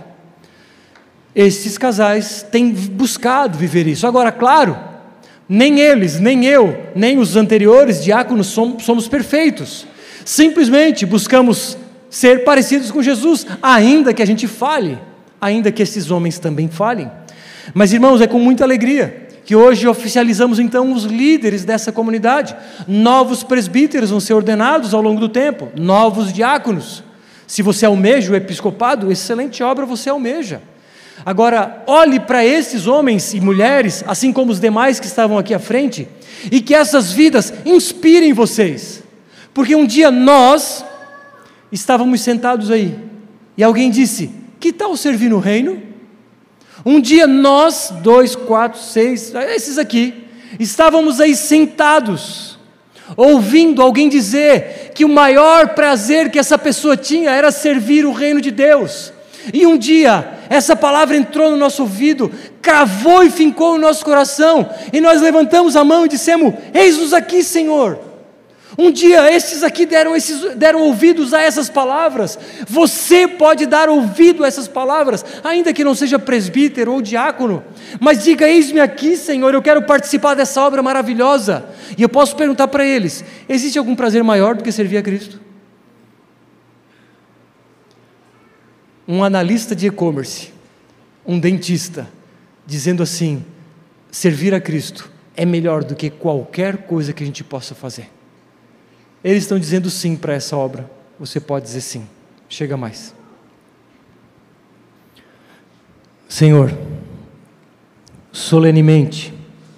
Estes casais têm buscado viver isso. Agora, claro, nem eles, nem eu, nem os anteriores diáconos somos, somos perfeitos. Simplesmente buscamos ser parecidos com Jesus, ainda que a gente falhe, ainda que esses homens também falhem. Mas, irmãos, é com muita alegria que hoje oficializamos então os líderes dessa comunidade. Novos presbíteros vão ser ordenados ao longo do tempo, novos diáconos. Se você almeja o episcopado, excelente obra você almeja. Agora, olhe para esses homens e mulheres, assim como os demais que estavam aqui à frente, e que essas vidas inspirem vocês, porque um dia nós estávamos sentados aí, e alguém disse: que tal servir no reino? Um dia nós, dois, quatro, seis, esses aqui, estávamos aí sentados, ouvindo alguém dizer que o maior prazer que essa pessoa tinha era servir o reino de Deus. E um dia, essa palavra entrou no nosso ouvido, cravou e fincou no nosso coração, e nós levantamos a mão e dissemos: eis-nos aqui, Senhor. Um dia esses aqui deram, esses, deram ouvidos a essas palavras. Você pode dar ouvido a essas palavras, ainda que não seja presbítero ou diácono, mas diga: eis-me aqui, Senhor, eu quero participar dessa obra maravilhosa. E eu posso perguntar para eles: existe algum prazer maior do que servir a Cristo? Um analista de e-commerce, um dentista, dizendo assim: servir a Cristo é melhor do que qualquer coisa que a gente possa fazer. Eles estão dizendo sim para essa obra. Você pode dizer sim. Chega mais. Senhor, solenemente,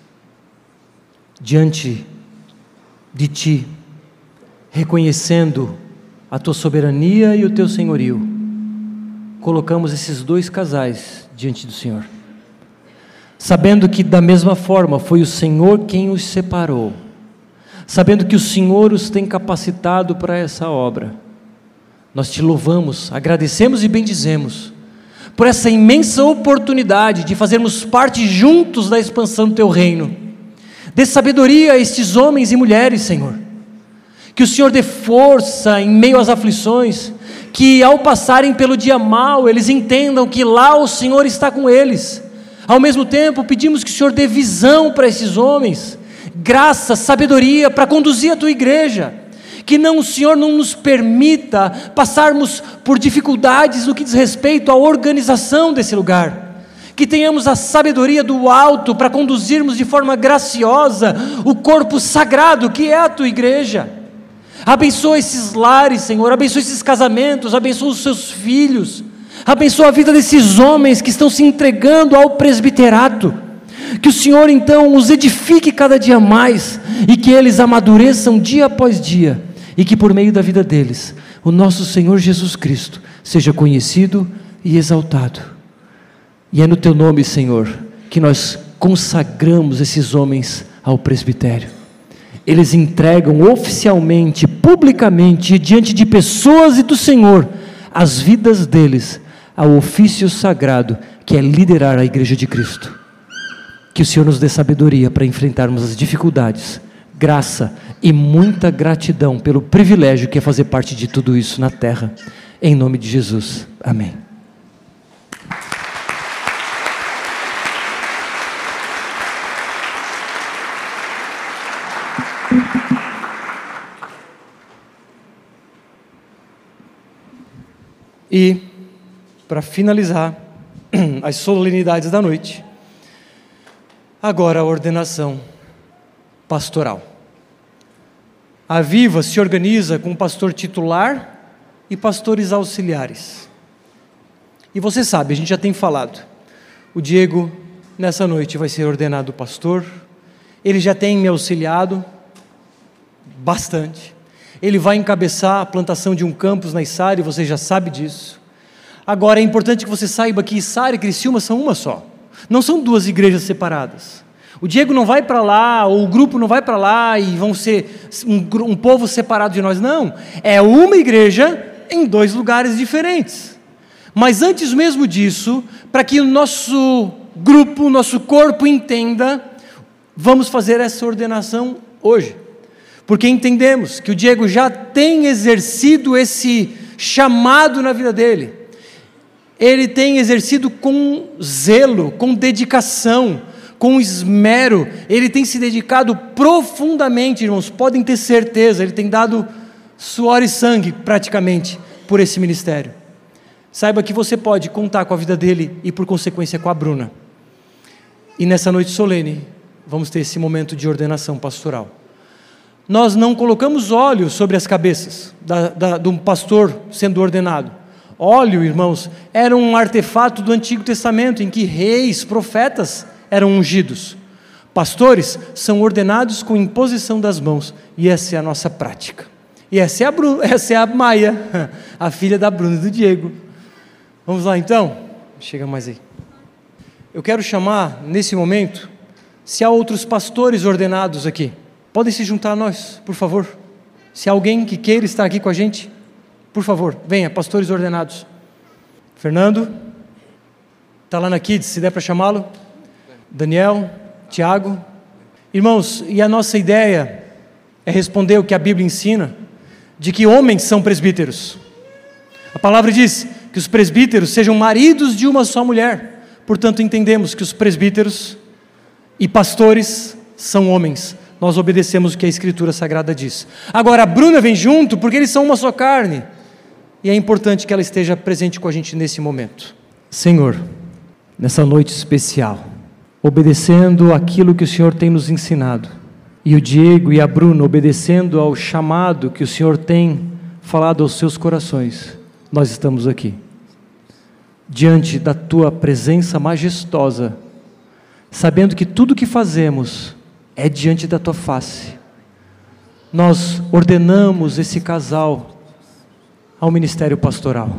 diante de Ti, reconhecendo a Tua soberania e o Teu senhorio, colocamos esses dois casais diante do Senhor, sabendo que da mesma forma foi o Senhor quem os separou, sabendo que o Senhor os tem capacitado para essa obra. Nós Te louvamos, agradecemos e bendizemos por essa imensa oportunidade de fazermos parte juntos da expansão do Teu reino. Dê sabedoria a estes homens e mulheres, Senhor, que o Senhor dê força em meio às aflições, que ao passarem pelo dia mau, eles entendam que lá o Senhor está com eles. Ao mesmo tempo, pedimos que o Senhor dê visão para esses homens, graça, sabedoria para conduzir a Tua igreja, que não, o Senhor não nos permita passarmos por dificuldades no que diz respeito à organização desse lugar, que tenhamos a sabedoria do alto para conduzirmos de forma graciosa o corpo sagrado que é a Tua igreja. Abençoa esses lares, Senhor, abençoa esses casamentos, abençoa os seus filhos, abençoa a vida desses homens que estão se entregando ao presbiterato. Que o Senhor então os edifique cada dia mais, e que eles amadureçam dia após dia, e que por meio da vida deles, o nosso Senhor Jesus Cristo seja conhecido e exaltado. E é no Teu nome, Senhor, que nós consagramos esses homens ao presbitério. Eles entregam oficialmente, publicamente, diante de pessoas e do Senhor, as vidas deles ao ofício sagrado, que é liderar a igreja de Cristo. Que o Senhor nos dê sabedoria para enfrentarmos as dificuldades, graça e muita gratidão pelo privilégio que é fazer parte de tudo isso na terra. Em nome de Jesus. Amém. E, para finalizar as solenidades da noite, agora a ordenação pastoral. A Viva se organiza com pastor titular e pastores auxiliares. E você sabe, a gente já tem falado, o Diego nessa noite vai ser ordenado pastor, ele já tem me auxiliado bastante, ele vai encabeçar a plantação de um campus na Içara, e você já sabe disso. Agora é importante que você saiba que Içara e Criciúma são uma só, não são duas igrejas separadas. O Diego não vai para lá, ou o grupo não vai para lá e vão ser um, um povo separado de nós, não, é uma igreja em dois lugares diferentes. Mas antes mesmo disso, para que o nosso grupo, o nosso corpo entenda, vamos fazer essa ordenação hoje, porque entendemos que o Diego já tem exercido esse chamado na vida dele, ele tem exercido com zelo, com dedicação, com esmero, ele tem se dedicado profundamente, irmãos, podem ter certeza, ele tem dado suor e sangue praticamente por esse ministério. Saiba que você pode contar com a vida dele e por consequência com a Bruna. E nessa noite solene, vamos ter esse momento de ordenação pastoral. Nós não colocamos óleo sobre as cabeças da, da, de um pastor sendo ordenado. Óleo, irmãos, era um artefato do Antigo Testamento em que reis, profetas eram ungidos. Pastores são ordenados com imposição das mãos, e essa é a nossa prática. E essa é a, Bru, essa é a Maia, a filha da Bruna e do Diego. Vamos lá então? Chega mais aí. Eu quero chamar, nesse momento, se há outros pastores ordenados aqui, podem se juntar a nós, por favor. Se há alguém que queira estar aqui com a gente, por favor, venha, pastores ordenados. Fernando, está lá na Kids, se der para chamá-lo. Daniel, Tiago. Irmãos, e a nossa ideia é responder o que a Bíblia ensina, de que homens são presbíteros. A palavra diz que os presbíteros sejam maridos de uma só mulher. Portanto, entendemos que os presbíteros e pastores são homens. Nós obedecemos o que a Escritura Sagrada diz. Agora, a Bruna vem junto porque eles são uma só carne. E é importante que ela esteja presente com a gente nesse momento. Senhor, nessa noite especial, obedecendo aquilo que o Senhor tem nos ensinado, e o Diego e a Bruna obedecendo ao chamado que o Senhor tem falado aos seus corações, nós estamos aqui, diante da Tua presença majestosa, sabendo que tudo que fazemos é diante da Tua face. Nós ordenamos esse casal ao ministério pastoral,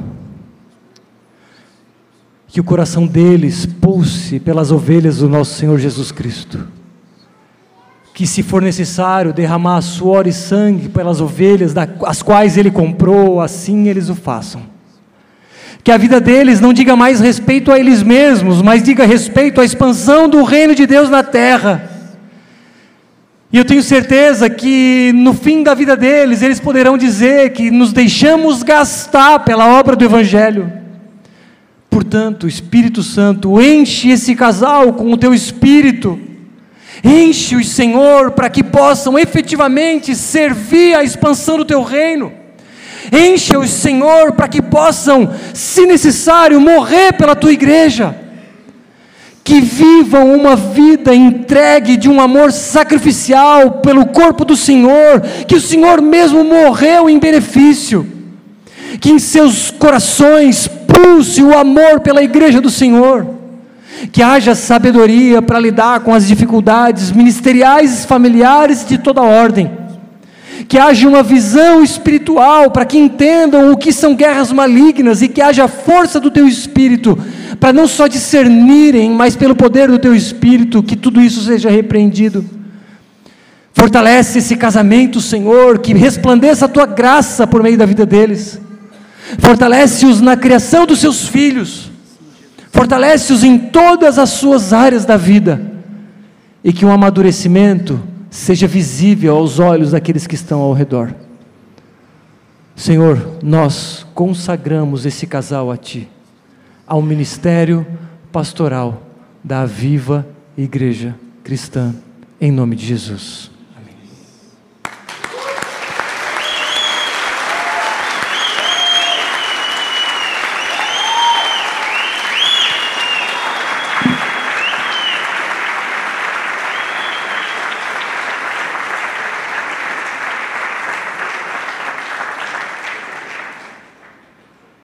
que o coração deles pulse pelas ovelhas do nosso Senhor Jesus Cristo, que se for necessário derramar suor e sangue pelas ovelhas as quais Ele comprou, assim eles o façam, que a vida deles não diga mais respeito a eles mesmos, mas diga respeito à expansão do reino de Deus na terra. E eu tenho certeza que no fim da vida deles, eles poderão dizer que nos deixamos gastar pela obra do Evangelho. Portanto, Espírito Santo, enche esse casal com o Teu Espírito, enche-os, Senhor, para que possam efetivamente servir à expansão do Teu reino, enche-os, Senhor, para que possam, se necessário, morrer pela Tua igreja, que vivam uma vida entregue de um amor sacrificial pelo corpo do Senhor, que o Senhor mesmo morreu em benefício, que em seus corações pulse o amor pela igreja do Senhor, que haja sabedoria para lidar com as dificuldades ministeriais e familiares de toda ordem, que haja uma visão espiritual para que entendam o que são guerras malignas e que haja força do Teu Espírito para não só discernirem, mas pelo poder do Teu Espírito, que tudo isso seja repreendido. Fortalece esse casamento, Senhor, que resplandeça a Tua graça por meio da vida deles. Fortalece-os na criação dos seus filhos, fortalece-os em todas as suas áreas da vida, e que um amadurecimento seja visível aos olhos daqueles que estão ao redor. Senhor, nós consagramos esse casal a Ti, ao ministério pastoral da Viva Igreja Cristã, em nome de Jesus.